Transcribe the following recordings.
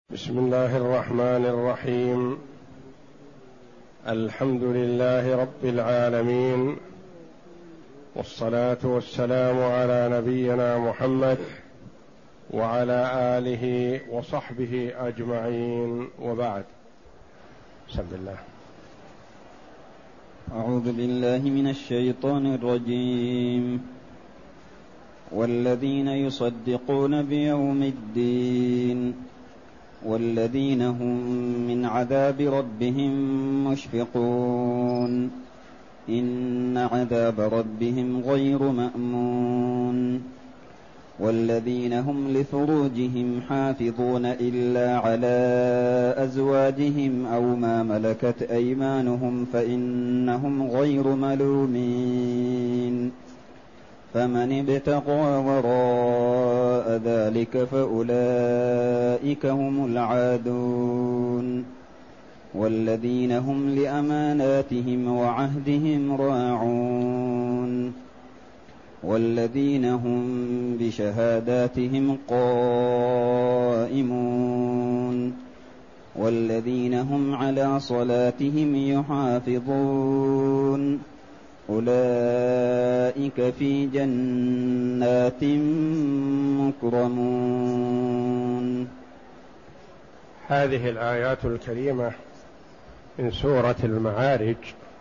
بسم الله الرحمن الرحيم. الحمد لله رب العالمين، والصلاة والسلام على نبينا محمد وعلى آله وصحبه أجمعين، وبعد. بسم الله. أعوذ بالله من الشيطان الرجيم. والذين يصدقون بيوم الدين والذين هم من عذاب ربهم مشفقون إن عذاب ربهم غير مأمون. والذين هم لفروجهم حافظون إلا على أزواجهم أو ما ملكت أيمانهم فإنهم غير ملومين. فمن ابتغى وراء ذلك فأولئك هم العادون. والذين هم لأماناتهم وعهدهم راعون. والذين هم بشهاداتهم قائمون. والذين هم على صلاتهم يحافظون. أولئك في جنات مكرمون. هذه الآيات الكريمة من سورة المعارج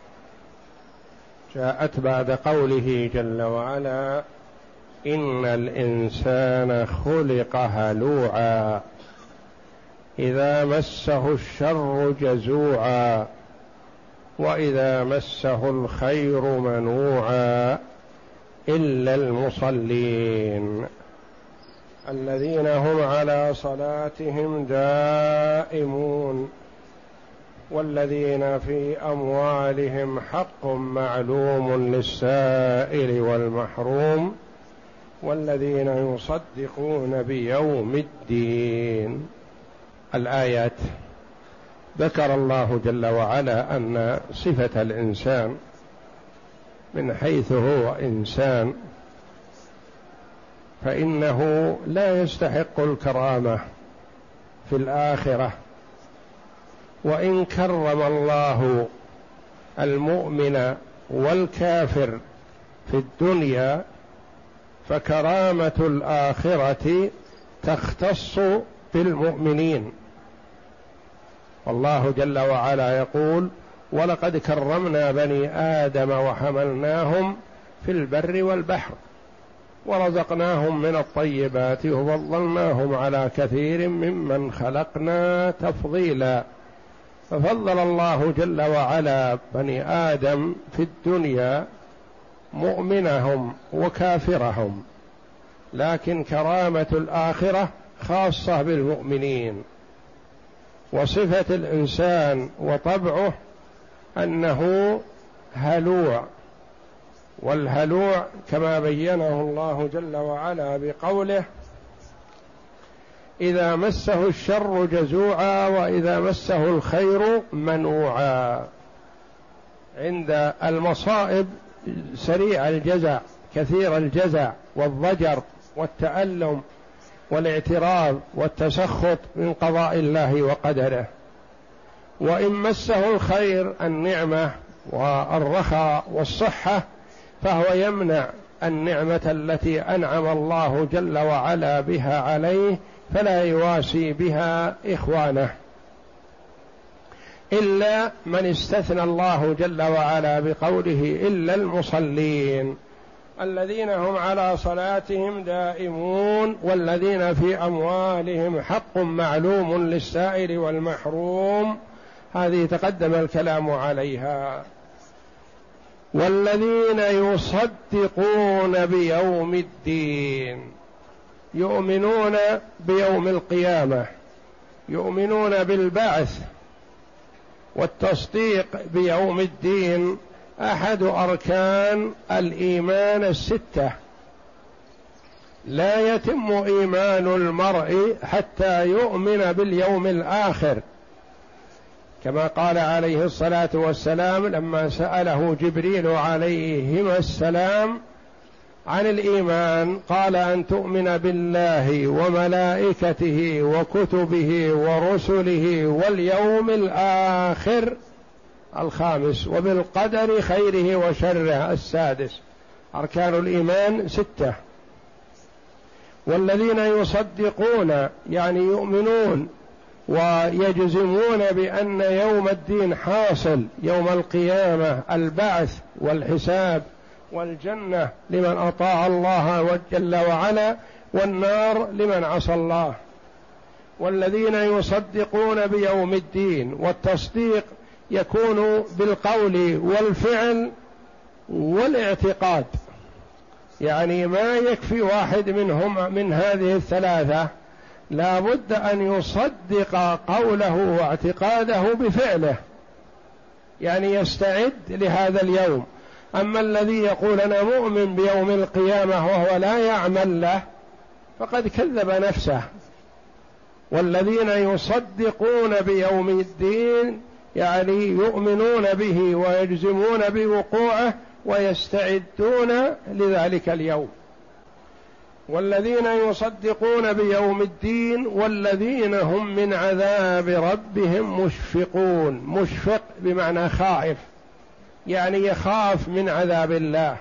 جاءت بعد قوله جل وعلا: إن الإنسان خلق هلوعا إذا مسه الشر جزوعا وإذا مسه الخير منوعا إلا المصلين الذين هم على صلاتهم دائمون والذين في أموالهم حق معلوم للسائل والمحروم والذين يصدقون بيوم الدين. الآيات ذكر الله جل وعلا أن صفة الإنسان من حيث هو إنسان فإنه لا يستحق الكرامة في الآخرة، وإن كرم الله المؤمن والكافر في الدنيا فكرامة الآخرة تختص بالمؤمنين. والله جل وعلا يقول: ولقد كرمنا بني آدم وحملناهم في البر والبحر ورزقناهم من الطيبات وفضلناهم على كثير ممن خلقنا تفضيلا. ففضل الله جل وعلا بني آدم في الدنيا مؤمنهم وكافرهم، لكن كرامة الآخرة خاصة بالمؤمنين. وصفة الإنسان وطبعه أنه هلوع، والهلوع كما بينه الله جل وعلا بقوله: إذا مسه الشر جزوعا وإذا مسه الخير منوعا. عند المصائب سريع الجزع، كثير الجزع والضجر والتألم والاعتراض والتسخط من قضاء الله وقدره. وإن مسه الخير النعمة والرخاء والصحة فهو يمنع النعمة التي أنعم الله جل وعلا بها عليه، فلا يواسي بها إخوانه، إلا من استثنى الله جل وعلا بقوله: إلا المصلين الذين هم على صلاتهم دائمون والذين في أموالهم حق معلوم للسائل والمحروم. هذه تقدم الكلام عليها. والذين يصدقون بيوم الدين، يؤمنون بيوم القيامة، يؤمنون بالبعث. والتصديق بيوم الدين أحد أركان الإيمان الستة. لا يتم إيمان المرء حتى يؤمن باليوم الآخر، كما قال عليه الصلاة والسلام لما سأله جبريل عليهما السلام عن الإيمان قال أن تؤمن بالله وملائكته وكتبه ورسله واليوم الآخر الخامس، وبالقدر خيره وشره السادس. أركان الإيمان 6. والذين يصدقون يعني يؤمنون ويجزمون بأن يوم الدين حاصل، يوم القيامة البعث والحساب والجنة لمن أطاع الله جل وعلا والنار لمن عصى الله. والذين يصدقون بيوم الدين، والتصديق يكون بالقول والفعل والاعتقاد، يعني ما يكفي واحد منهم من هذه الثلاثة، لا بد أن يصدق قوله واعتقاده بفعله، يعني يستعد لهذا اليوم. أما الذي يقول أنا مؤمن بيوم القيامة وهو لا يعمل له فقد كذب نفسه. والذين يصدقون بيوم الدين يعني يؤمنون به ويجزمون بوقوعه ويستعدون لذلك اليوم. والذين يصدقون بيوم الدين والذين هم من عذاب ربهم مشفقون. مشفق بمعنى خائف، يعني يخاف من عذاب الله.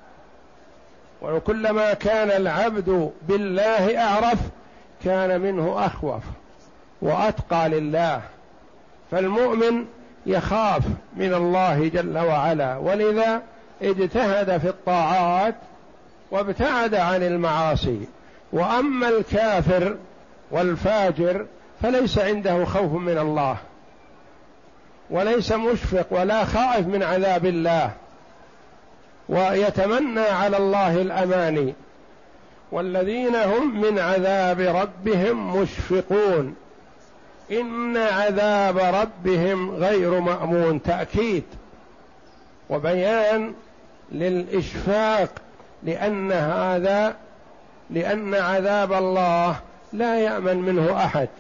وكلما كان العبد بالله أعرف كان منه أخوف وأتقى لله. فالمؤمن يخاف من الله جل وعلا، ولذا اجتهد في الطاعات وابتعد عن المعاصي. وأما الكافر والفاجر فليس عنده خوف من الله، وليس مشفق ولا خائف من عذاب الله، ويتمنى على الله الأماني. والذين هم من عذاب ربهم مشفقون. إن عذاب ربهم غير مأمون، تأكيد وبيان للإشفاق، لأن عذاب الله لا يأمن منه أحد،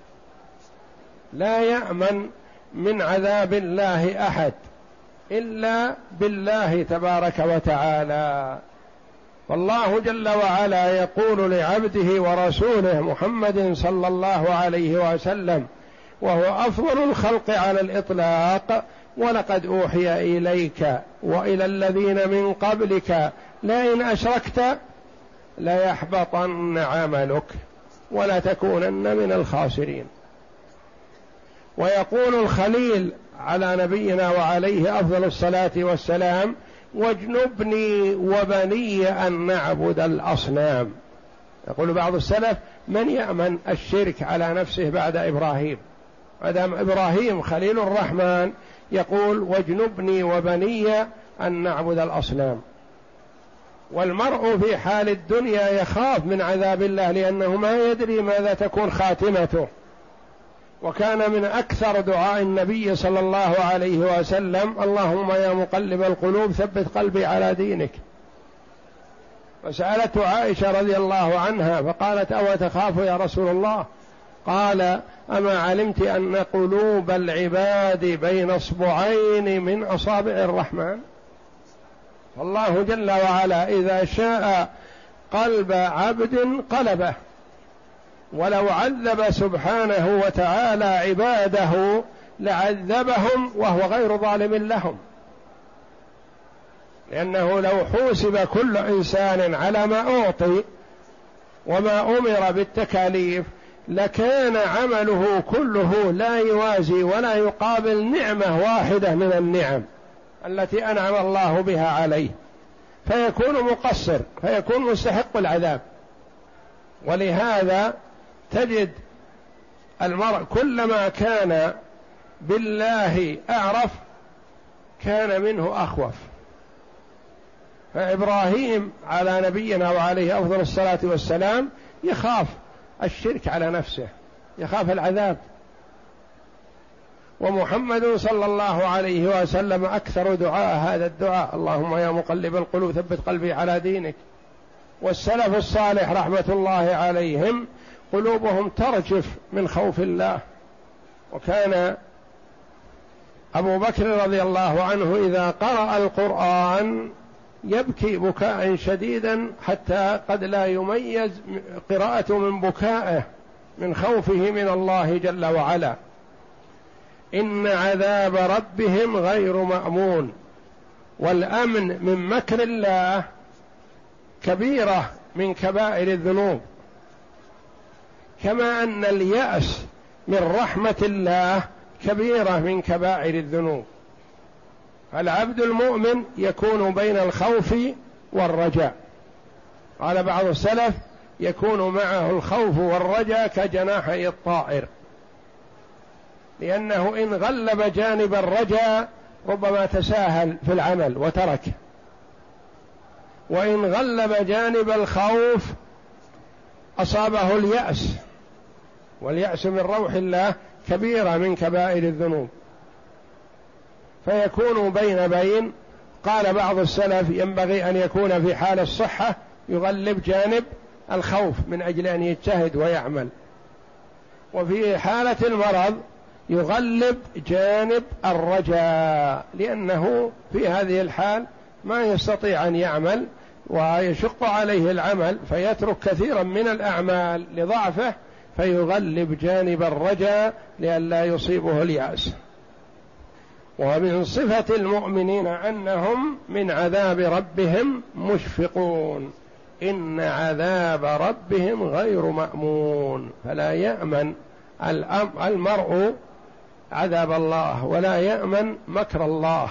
لا يأمن من عذاب الله أحد إلا بالله تبارك وتعالى. والله جل وعلا يقول لعبده ورسوله محمد صلى الله عليه وسلم وهو أفضل الخلق على الإطلاق: ولقد أوحي إليك وإلى الذين من قبلك لئن أشركت ليحبطن عملك ولتكونن من الخاسرين. ويقول الخليل على نبينا وعليه أفضل الصلاة والسلام: واجنبني وبني أن نعبد الأصنام. يقول بعض السلف: من يأمن الشرك على نفسه بعد إبراهيم؟ مادام إبراهيم خليل الرحمن يقول: واجنبني وبني أن نعبد الأصنام. والمرء في حال الدنيا يخاف من عذاب الله لأنه ما يدري ماذا تكون خاتمته. وكان من أكثر دعاء النبي صلى الله عليه وسلم: اللهم يا مقلب القلوب ثبت قلبي على دينك. وسألته عائشة رضي الله عنها فقالت: أو تخاف يا رسول الله؟ قال: أما علمت أن قلوب العباد بين اصبعين من أصابع الرحمن؟ فالله جل وعلا إذا شاء قلب عبد قلبه، ولو عذب سبحانه وتعالى عباده لعذبهم وهو غير ظالم لهم، لأنه لو حوسب كل إنسان على ما أعطي وما أمر بالتكاليف لكان عمله كله لا يوازي ولا يقابل نعمة واحدة من النعم التي أنعم الله بها عليه، فيكون مقصر، فيكون مستحق العذاب. ولهذا تجد المرء كلما كان بالله أعرف كان منه أخوف. فإبراهيم على نبينا وعليه أفضل الصلاة والسلام يخاف الشرك على نفسه، يخاف العذاب. ومحمد صلى الله عليه وسلم أكثر دعاء هذا الدعاء: اللهم يا مقلب القلوب ثبت قلبي على دينك. والسلف الصالح رحمة الله عليهم قلوبهم ترجف من خوف الله. وكان أبو بكر رضي الله عنه إذا قرأ القرآن يبكي بكاء شديدا حتى قد لا يميز قراءته من بكائه من خوفه من الله جل وعلا. إن عذاب ربهم غير مأمون، والأمن من مكر الله كبيرة من كبائر الذنوب، كما أن اليأس من رحمة الله كبيرة من كبائر الذنوب. العبد المؤمن يكون بين الخوف والرجاء. قال بعض السلف: يكون معه الخوف والرجاء كجناحي الطائر، لأنه إن غلب جانب الرجاء ربما تساهل في العمل وترك، وإن غلب جانب الخوف أصابه اليأس، واليأس من روح الله كبيرة من كبائر الذنوب، فيكون بين بين. قال بعض السلف: ينبغي أن يكون في حال الصحة يغلب جانب الخوف من أجل أن يجتهد ويعمل، وفي حالة المرض يغلب جانب الرجاء، لأنه في هذه الحال ما يستطيع أن يعمل ويشق عليه العمل فيترك كثيرا من الأعمال لضعفه، فيغلب جانب الرجاء لئلا يصيبه اليأس. ومن صفة المؤمنين أنهم من عذاب ربهم مشفقون. إن عذاب ربهم غير مأمون، فلا يأمن المرء عذاب الله ولا يأمن مكر الله.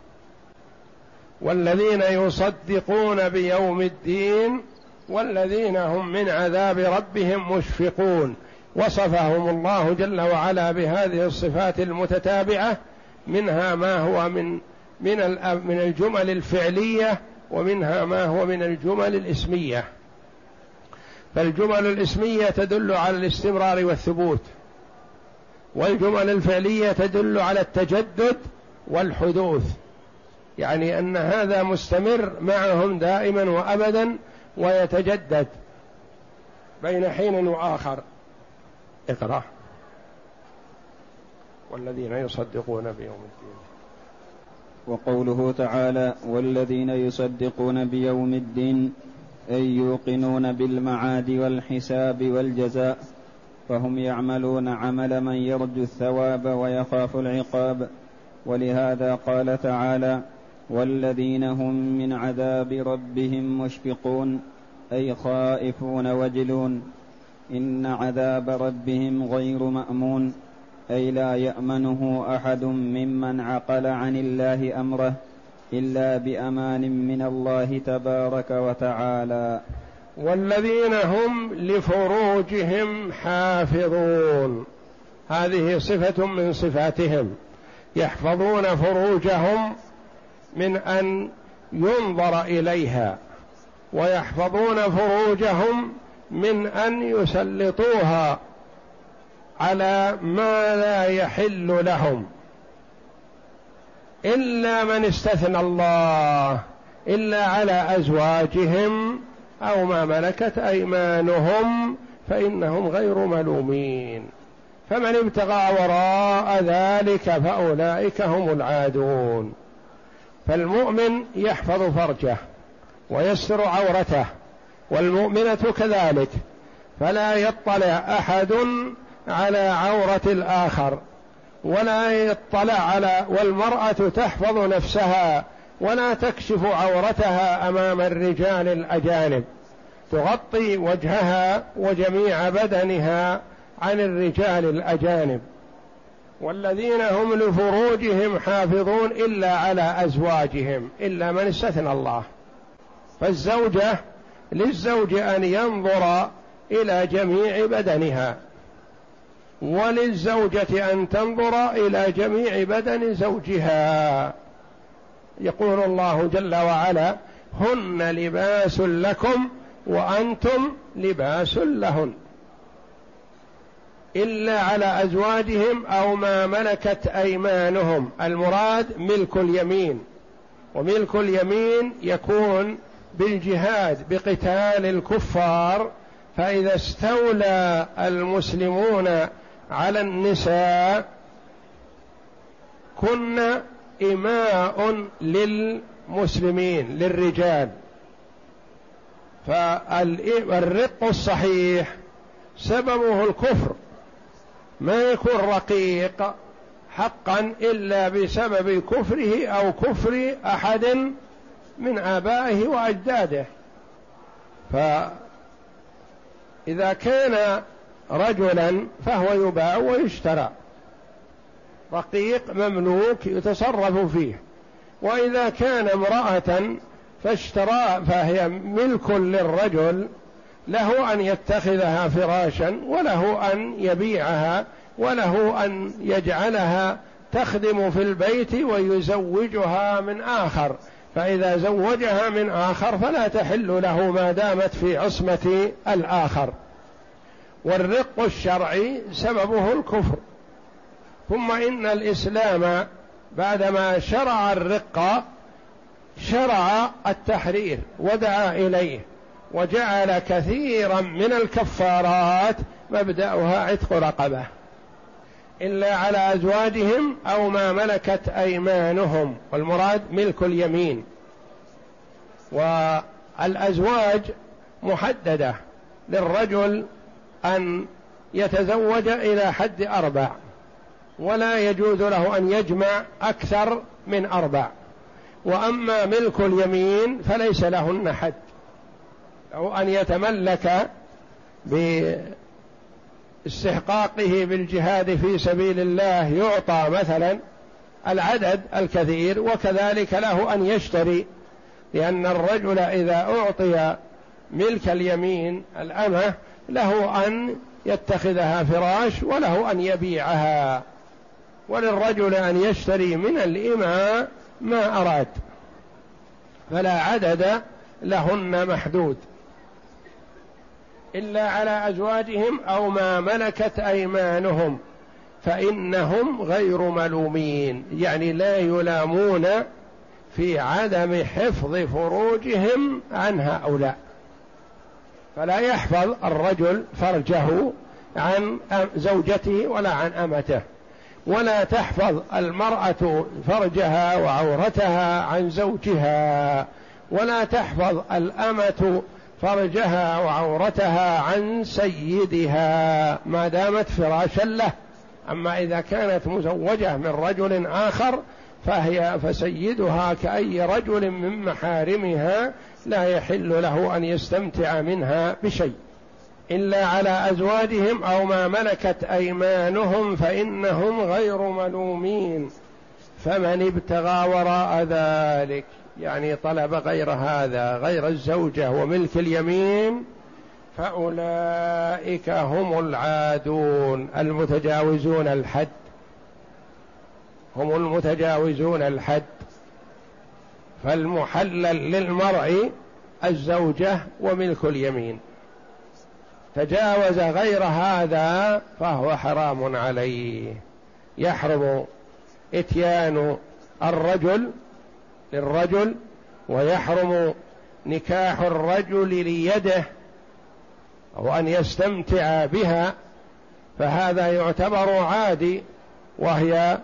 والذين يصدقون بيوم الدين والذين هم من عذاب ربهم مشفقون، وصفهم الله جل وعلا بهذه الصفات المتتابعة، منها ما هو من الجمل الفعلية، ومنها ما هو من الجمل الاسمية. فالجمل الاسمية تدل على الاستمرار والثبوت، والجمل الفعلية تدل على التجدد والحدوث، يعني أن هذا مستمر معهم دائما وأبدا ويتجدد بين حين وآخر. اقرأ: والذين يصدقون بيوم الدين. وقوله تعالى: والذين يصدقون بيوم الدين، أي يوقنون بالمعاد والحساب والجزاء، فهم يعملون عمل من يرجو الثواب ويخاف العقاب. ولهذا قال تعالى: والذين هم من عذاب ربهم مشفقون، أي خائفون وجلون. إن عذاب ربهم غير مأمون، أي لا يأمنه أحد ممن عقل عن الله أمره إلا بأمان من الله تبارك وتعالى. والذين هم لفروجهم حافظون، هذه صفة من صفاتهم، يحفظون فروجهم من أن ينظر إليها، ويحفظون فروجهم من أن يسلطوها على ما لا يحل لهم، إلا من استثنى الله، إلا على أزواجهم أو ما ملكت أيمانهم فإنهم غير ملومين. فمن ابتغى وراء ذلك فأولئك هم العادون. فالمؤمن يحفظ فرجه ويستر عورته، والمؤمنة كذلك، فلا يطلع أحد على عورة الآخر، ولا يطلع والمرأة تحفظ نفسها ولا تكشف عورتها أمام الرجال الأجانب، تغطي وجهها وجميع بدنها عن الرجال الأجانب. والذين هم لفروجهم حافظون إلا على أزواجهم، إلا من استثنى الله. فالزوجة للزوج أن ينظر إلى جميع بدنها، وللزوجة أن تنظر إلى جميع بدن زوجها. يقول الله جل وعلا: هن لباس لكم وأنتم لباس لهن، إلا على أزواجهم أو ما ملكت أيمانهم. المراد ملك اليمين، وملك اليمين يكون بالجهاد بقتال الكفار. فإذا استولى المسلمون على النساء كن إماء مسلمين للرجال. فالرق الصحيح سببه الكفر، ما يكون رقيق حقا إلا بسبب كفره أو كفر أحد من آبائه وأجداده. فإذا كان رجلا فهو يباع ويشترى، رقيق مملوك يتصرف فيه. وإذا كان امرأة فاشترى فهي ملك للرجل، له أن يتخذها فراشا، وله أن يبيعها، وله أن يجعلها تخدم في البيت ويزوجها من آخر. فإذا زوجها من آخر فلا تحل له ما دامت في عصمة الآخر. والرق الشرعي سببه الكفر. ثم إن الإسلام بعدما شرع الرق شرع التحرير ودعا إليه، وجعل كثيرا من الكفارات مبدأها عتق رقبة إلا على أزواجهم أو ما ملكت أيمانهم، والمراد ملك اليمين. والأزواج محددة للرجل أن يتزوج إلى حد 4، ولا يجوز له أن يجمع أكثر من 4. وأما ملك اليمين فليس لهن حد، أو أن يتملك باستحقاقه بالجهاد في سبيل الله يعطى مثلا العدد الكثير، وكذلك له أن يشتري، لأن الرجل إذا أعطي ملك اليمين الأمة له أن يتخذها فراش، وله أن يبيعها، وللرجل أن يشتري من الإماء ما أراد، فلا عدد لهن محدود إلا على أزواجهم أو ما ملكت أيمانهم فإنهم غير ملومين، يعني لا يلامون في عدم حفظ فروجهم عن هؤلاء. فلا يحفظ الرجل فرجه عن زوجته ولا عن أمته، ولا تحفظ المرأة فرجها وعورتها عن زوجها، ولا تحفظ الأمة فرجها وعورتها عن سيدها ما دامت فراشا له. أما إذا كانت مزوجة من رجل آخر فسيدها كأي رجل من محارمها، لا يحل له أن يستمتع منها بشيء إلا على أزواجهم أو ما ملكت أيمانهم فإنهم غير ملومين. فمن ابتغى وراء ذلك، يعني طلب غير هذا، غير الزوجة وملك اليمين، فأولئك هم العادون المتجاوزون الحد، هم المتجاوزون الحد. فالمحلل للمرء الزوجة وملك اليمين، تجاوز غير هذا فهو حرام عليه. يحرم إتيان الرجل للرجل، ويحرم نكاح الرجل ليده أو أن يستمتع بها، فهذا يعتبر عادي، وهي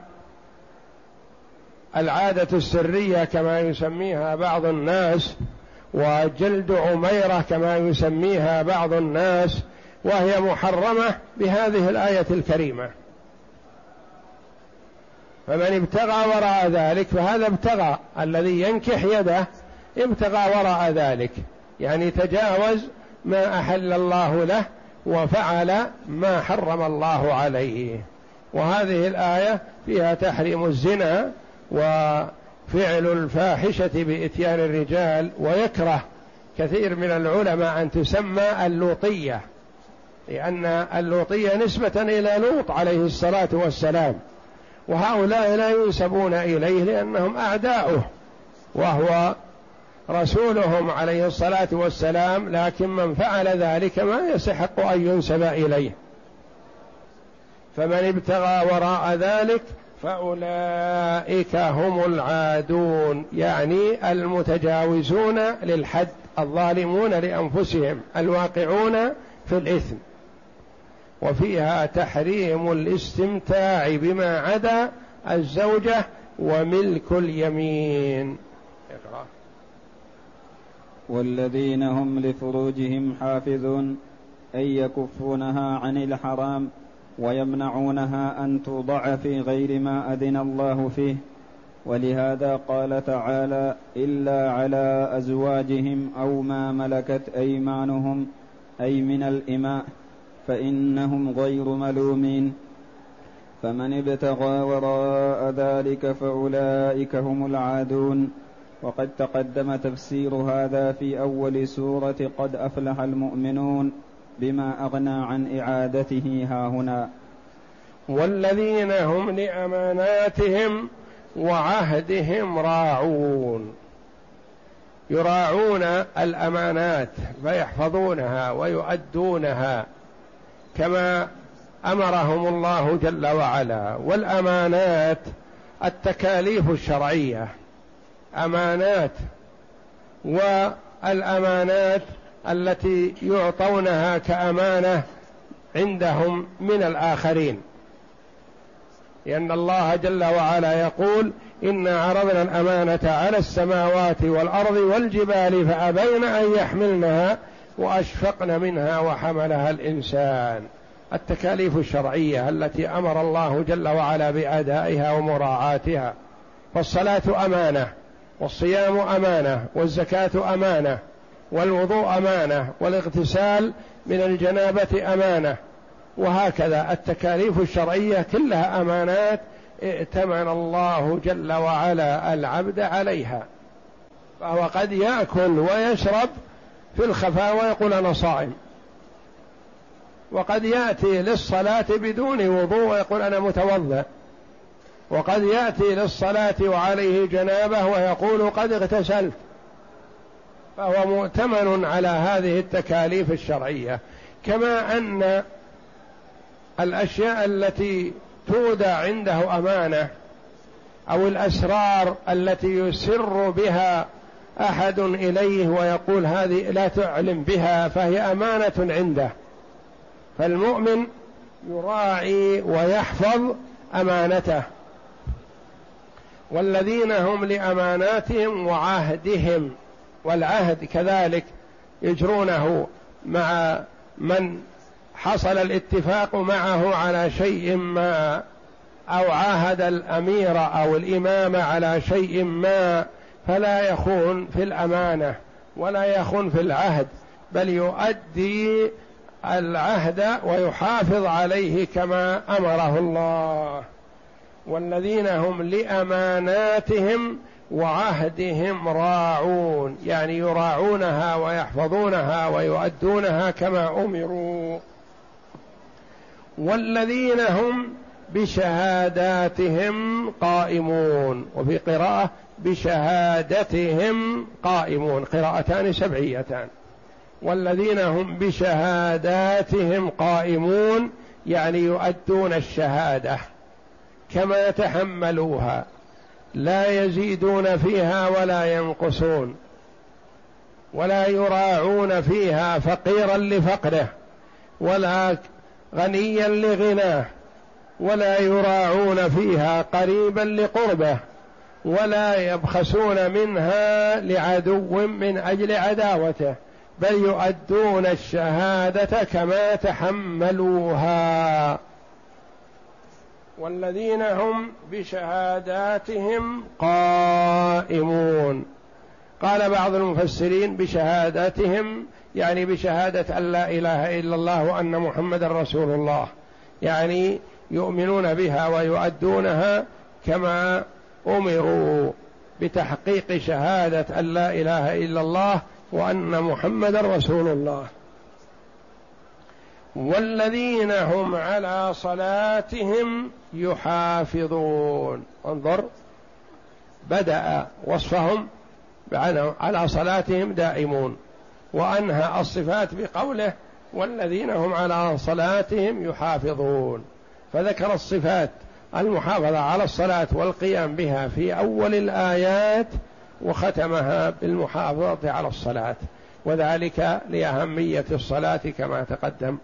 العادة السرية كما يسميها بعض الناس، وجلد عميرة كما يسميها بعض الناس، وهي محرمة بهذه الآية الكريمة. فمن ابتغى وراء ذلك فهذا ابتغى، الذي ينكح يده ابتغى وراء ذلك، يعني تجاوز ما أحل الله له وفعل ما حرم الله عليه. وهذه الآية فيها تحريم الزنا وفعل الفاحشة بإتيان الرجال. ويكره كثير من العلماء أن تسمى اللوطية، لأن اللوطية نسبة إلى لوط عليه الصلاة والسلام، وهؤلاء لا ينسبون إليه لأنهم أعداؤه وهو رسولهم عليه الصلاة والسلام، لكن من فعل ذلك ما يستحق أن ينسب إليه. فمن ابتغى وراء ذلك فأولئك هم العادون، يعني المتجاوزون للحد، الظالمون لأنفسهم، الواقعون في الإثم. وفيها تحريم الاستمتاع بما عدا الزوجة وملك اليمين، اقرأ. والذين هم لفروجهم حافظون أي يكفونها عن الحرام ويمنعونها أن توضع في غير ما أذن الله فيه. ولهذا قال تعالى إلا على أزواجهم أو ما ملكت أيمانهم أي من الإماء فإنهم غير ملومين. فمن ابتغى وراء ذلك فأولئك هم العادون. وقد تقدم تفسير هذا في أول سورة قد أفلح المؤمنون بما أغنى عن إعادته هاهنا. والذين هم لأماناتهم وعهدهم راعون، يراعون الأمانات فيحفظونها ويؤدونها كما أمرهم الله جل وعلا. والأمانات التكاليف الشرعية أمانات، والأمانات التي يعطونها كأمانة عندهم من الآخرين، لأن الله جل وعلا يقول إنا عرضنا الأمانة على السماوات والأرض والجبال فأبين أن يحملنها وأشفقن منها وحملها الإنسان. التكاليف الشرعية التي أمر الله جل وعلا بأدائها ومراعاتها. فالصلاة أمانة، والصيام أمانة، والزكاة أمانة، والوضوء أمانة، والاغتسال من الجنابة أمانة، وهكذا التكاليف الشرعية كلها أمانات ائتمن الله جل وعلا العبد عليها. فهو قد يأكل ويشرب في الخفاء ويقول أنا صائم، وقد يأتي للصلاة بدون وضوء ويقول أنا متوضئ، وقد يأتي للصلاة وعليه جنابه ويقول قد اغتسلت. فهو مؤتمن على هذه التكاليف الشرعية. كما أن الأشياء التي تودع عنده أمانة، أو الأسرار التي يسر بها أحد إليه ويقول هذه لا تعلم بها فهي أمانة عنده. فالمؤمن يراعي ويحفظ أمانته. والذين هم لأماناتهم وعهدهم، والعهد كذلك يجرونه مع من حصل الاتفاق معه على شيء ما، أو عاهد الأمير أو الإمام على شيء ما، فلا يخون في الأمانة ولا يخون في العهد، بل يؤدي العهد ويحافظ عليه كما أمره الله. والذين هم لأماناتهم وعهدهم راعون، يعني يراعونها ويحفظونها ويؤدونها كما أمروا. والذين هم بشهاداتهم قائمون، وفي قراءة بشهادتهم قائمون، قراءتان سبعيتان. والذين هم بشهاداتهم قائمون يعني يؤدون الشهادة كما تحملوها، لا يزيدون فيها ولا ينقصون، ولا يراعون فيها فقيرا لفقره ولا غنيا لغناه، ولا يراعون فيها قريبا لقربه، ولا يبخسون منها لعدو من أجل عداوته، بل يؤدون الشهادة كما تحملوها. والذين هم بشهاداتهم قائمون. قال بعض المفسرين بشهاداتهم يعني بشهادة أن لا إله إلا الله وأن محمد رسول الله، يعني يؤمنون بها ويؤدونها كما أمروا بتحقيق شهادة أن لا إله إلا الله وأن محمد رسول الله. والذين هم على صلاتهم يحافظون. انظر، بدأ وصفهم على صلاتهم دائمون، وأنهى الصفات بقوله والذين هم على صلاتهم يحافظون، فذكر الصفات المحافظة على الصلاة والقيام بها في أول الآيات، وختمها بالمحافظة على الصلاة، وذلك لأهمية الصلاة كما تقدم.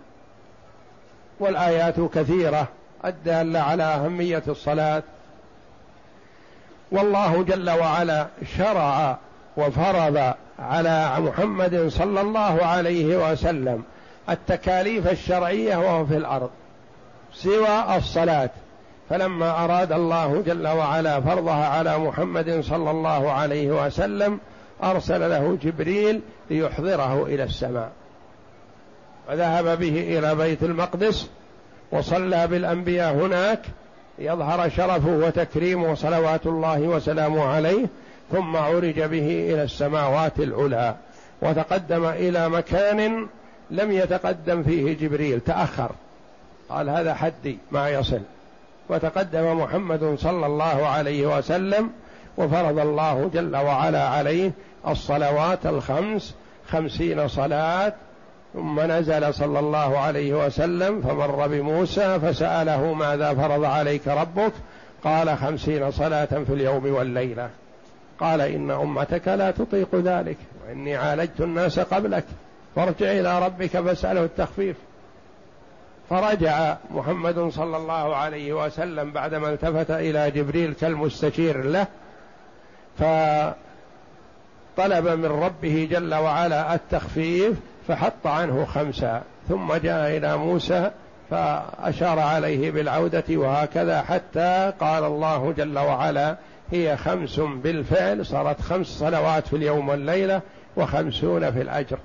والآيات كثيرة الدالة على أهمية الصلاة. والله جل وعلا شرع وفرض على محمد صلى الله عليه وسلم التكاليف الشرعية وهو في الأرض سوى الصلاة، فلما أراد الله جل وعلا فرضها على محمد صلى الله عليه وسلم أرسل له جبريل ليحضره إلى السماء، وذهب به إلى بيت المقدس وصلى بالأنبياء هناك يظهر شرفه وتكريمه صلوات الله وسلامه عليه، ثم عرج به إلى السماوات العلى وتقدم إلى مكان لم يتقدم فيه جبريل، تأخر قال هذا حدي ما يصل، وتقدم محمد صلى الله عليه وسلم وفرض الله جل وعلا عليه الصلوات الخمس 50 صلاة، ثم نزل صلى الله عليه وسلم فمر بموسى فسأله ماذا فرض عليك ربك؟ قال 50 صلاة في اليوم والليلة. قال إن أمتك لا تطيق ذلك وإني عالجت الناس قبلك فارجع إلى ربك فاسأله التخفيف. فرجع محمد صلى الله عليه وسلم بعدما التفت إلى جبريل كالمستشير له، فطلب من ربه جل وعلا التخفيف فحط عنه 5، ثم جاء إلى موسى فأشار عليه بالعودة، وهكذا حتى قال الله جل وعلا هي 5 بالفعل، صارت 5 صلوات في اليوم والليلة و50 في الأجر.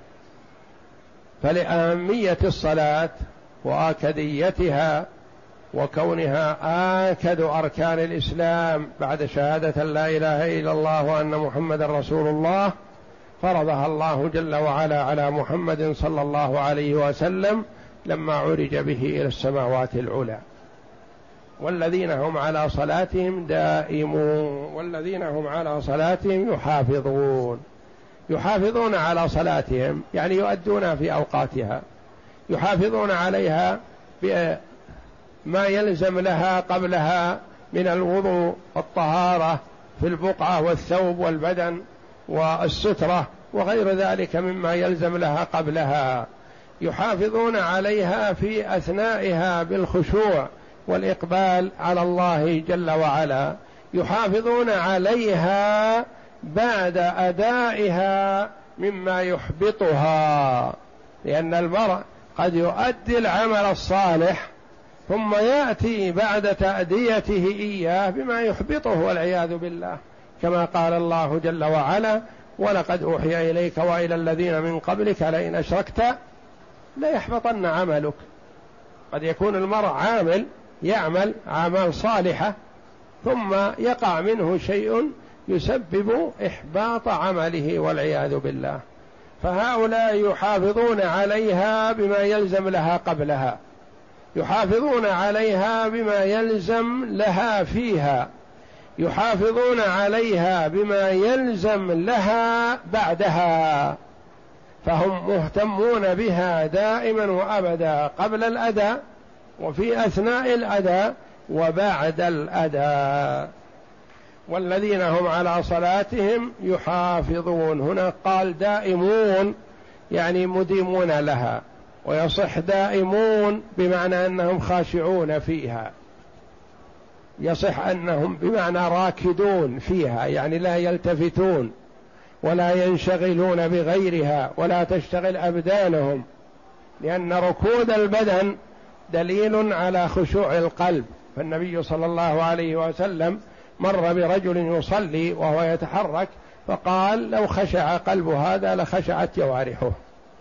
فلأهمية الصلاة وآكديتها وكونها آكد أركان الإسلام بعد شهادة لا إله إلا الله وأن محمد رسول الله، فرضها الله جل وعلا على محمد صلى الله عليه وسلم لما عرج به إلى السماوات العلى. والذين هم على صلاتهم دائمون، والذين هم على صلاتهم يحافظون. يحافظون على صلاتهم يعني يؤدون في أوقاتها، يحافظون عليها بما يلزم لها قبلها من الوضوء والطهارة في البقعة والثوب والبدن والسترة وغير ذلك مما يلزم لها قبلها، يحافظون عليها في أثنائها بالخشوع والإقبال على الله جل وعلا، يحافظون عليها بعد أدائها مما يحبطها، لأن المرء قد يؤدي العمل الصالح ثم يأتي بعد تأديته إياه بما يحبطه والعياذ بالله، كما قال الله جل وعلا ولقد أوحي إليك وإلى الذين من قبلك لئن أشركت ليحبطن عملك. قد يكون المرء عامل يعمل أعمال صالحة ثم يقع منه شيء يسبب إحباط عمله والعياذ بالله، فهؤلاء يحافظون عليها بما يلزم لها قبلها، يحافظون عليها بما يلزم لها فيها، يحافظون عليها بما يلزم لها بعدها، فهم مهتمون بها دائما وأبدا قبل الأداء وفي أثناء الأداء وبعد الأداء. والذين هم على صلاتهم يحافظون، هنا قال دائمون يعني مديمون لها، ويصح دائمون بمعنى أنهم خاشعون فيها، يصح أنهم بمعنى راكدون فيها يعني لا يلتفتون ولا ينشغلون بغيرها ولا تشتغل أبدانهم، لأن ركود البدن دليل على خشوع القلب. فالنبي صلى الله عليه وسلم مر برجل يصلي وهو يتحرك فقال لو خشع قلب هذا لخشعت جوارحه.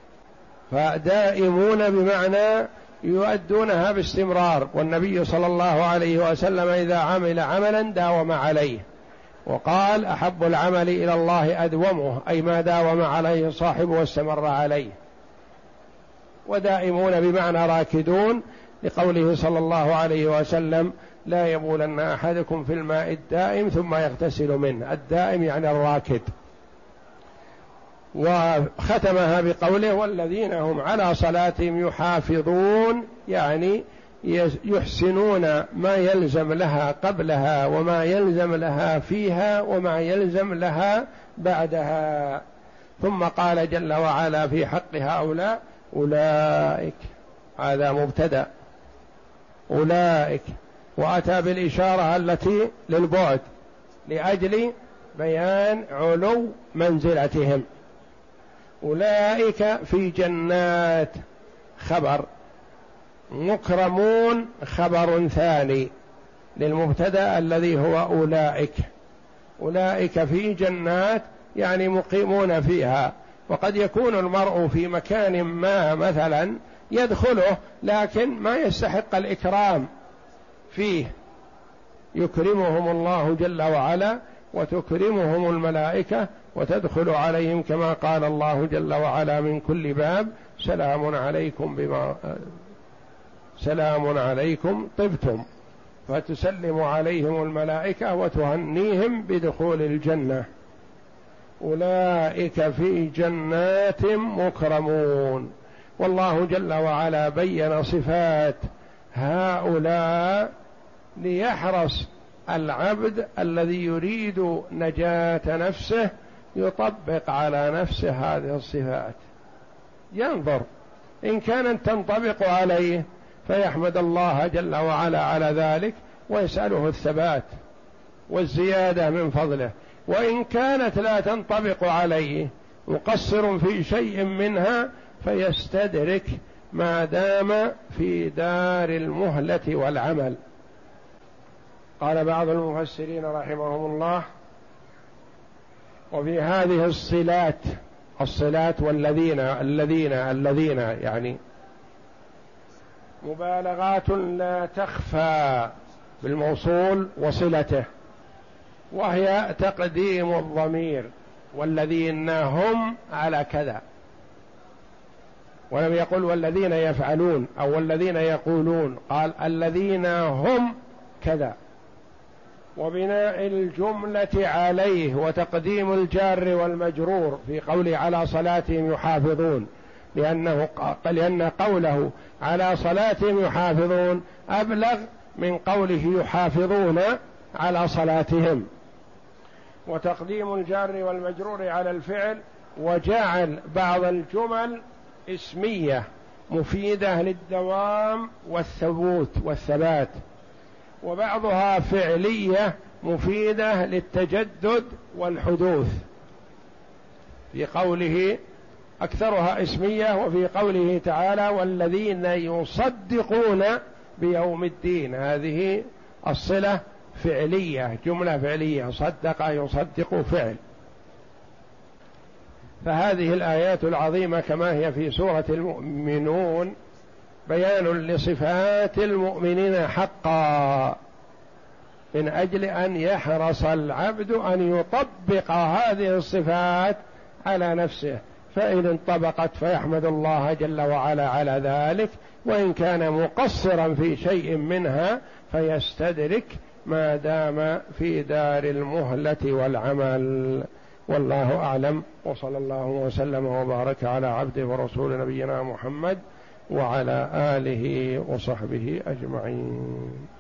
فدائمون بمعنى يؤدونها باستمرار، والنبي صلى الله عليه وسلم إذا عمل عملا داوم عليه، وقال أحب العمل إلى الله أدومه، أي ما داوم عليه صاحبه واستمر عليه. ودائمون بمعنى راكدون لقوله صلى الله عليه وسلم لا يبولن أحدكم في الماء الدائم ثم يغتسل منه، الدائم يعني الراكد. وختمها بقوله والذين هم على صلاتهم يحافظون، يعني يحسنون ما يلزم لها قبلها وما يلزم لها فيها وما يلزم لها بعدها. ثم قال جل وعلا في حق هؤلاء أولئك، هذا مبتدأ أولئك، وأتى بالإشارة التي للبعد لأجل بيان علو منزلتهم. أولئك في جنات خبر، مكرمون خبر ثاني للمبتدأ الذي هو أولئك. أولئك في جنات يعني مقيمون فيها، وقد يكون المرء في مكان ما مثلا يدخله لكن ما يستحق الإكرام فيه، يكرمهم الله جل وعلا وتكرمهم الملائكة وتدخل عليهم كما قال الله جل وعلا من كل باب سلام عليكم طبتم، فتسلم عليهم الملائكة وتهنيهم بدخول الجنة. أولئك في جنات مكرمون. والله جل وعلا بين صفات هؤلاء ليحرص العبد الذي يريد نجاة نفسه يطبق على نفسه هذه الصفات، ينظر إن كانت تنطبق عليه فيحمد الله جل وعلا على ذلك ويسأله الثبات والزيادة من فضله، وإن كانت لا تنطبق عليه مقصر في شيء منها فيستدرك ما دام في دار المهلة والعمل. قال بعض المفسرين رحمهم الله: وفي هذه الصلات والذين يعني مبالغات لا تخفى بالموصول وصلته، وهي تقديم الضمير والذين هم على كذا، ولم يقل والذين يفعلون أو والذين يقولون، قال الذين هم كذا، وبناء الجملة عليه وتقديم الجار والمجرور في قوله على صلاتهم يحافظون، لأن قوله على صلاتهم يحافظون أبلغ من قوله يحافظون على صلاتهم. وتقديم الجار والمجرور على الفعل، وجعل بعض الجمل اسمية مفيدة للدوام والثبات، وبعضها فعلية مفيدة للتجدد والحدوث، في قوله أكثرها اسمية، وفي قوله تعالى والذين يصدقون بيوم الدين، هذه الصلة فعلية، جملة فعلية، صدق يصدق فعل. فهذه الآيات العظيمة كما هي في سورة المؤمنون بيان لصفات المؤمنين حقا، من أجل أن يحرص العبد أن يطبق هذه الصفات على نفسه، فإن انطبقت فيحمد الله جل وعلا على ذلك، وإن كان مقصرا في شيء منها فيستدرك ما دام في دار المهلة والعمل. والله أعلم، وصلى الله وسلم وبارك على عبده ورسول نبينا محمد وعلى آله وصحبه أجمعين.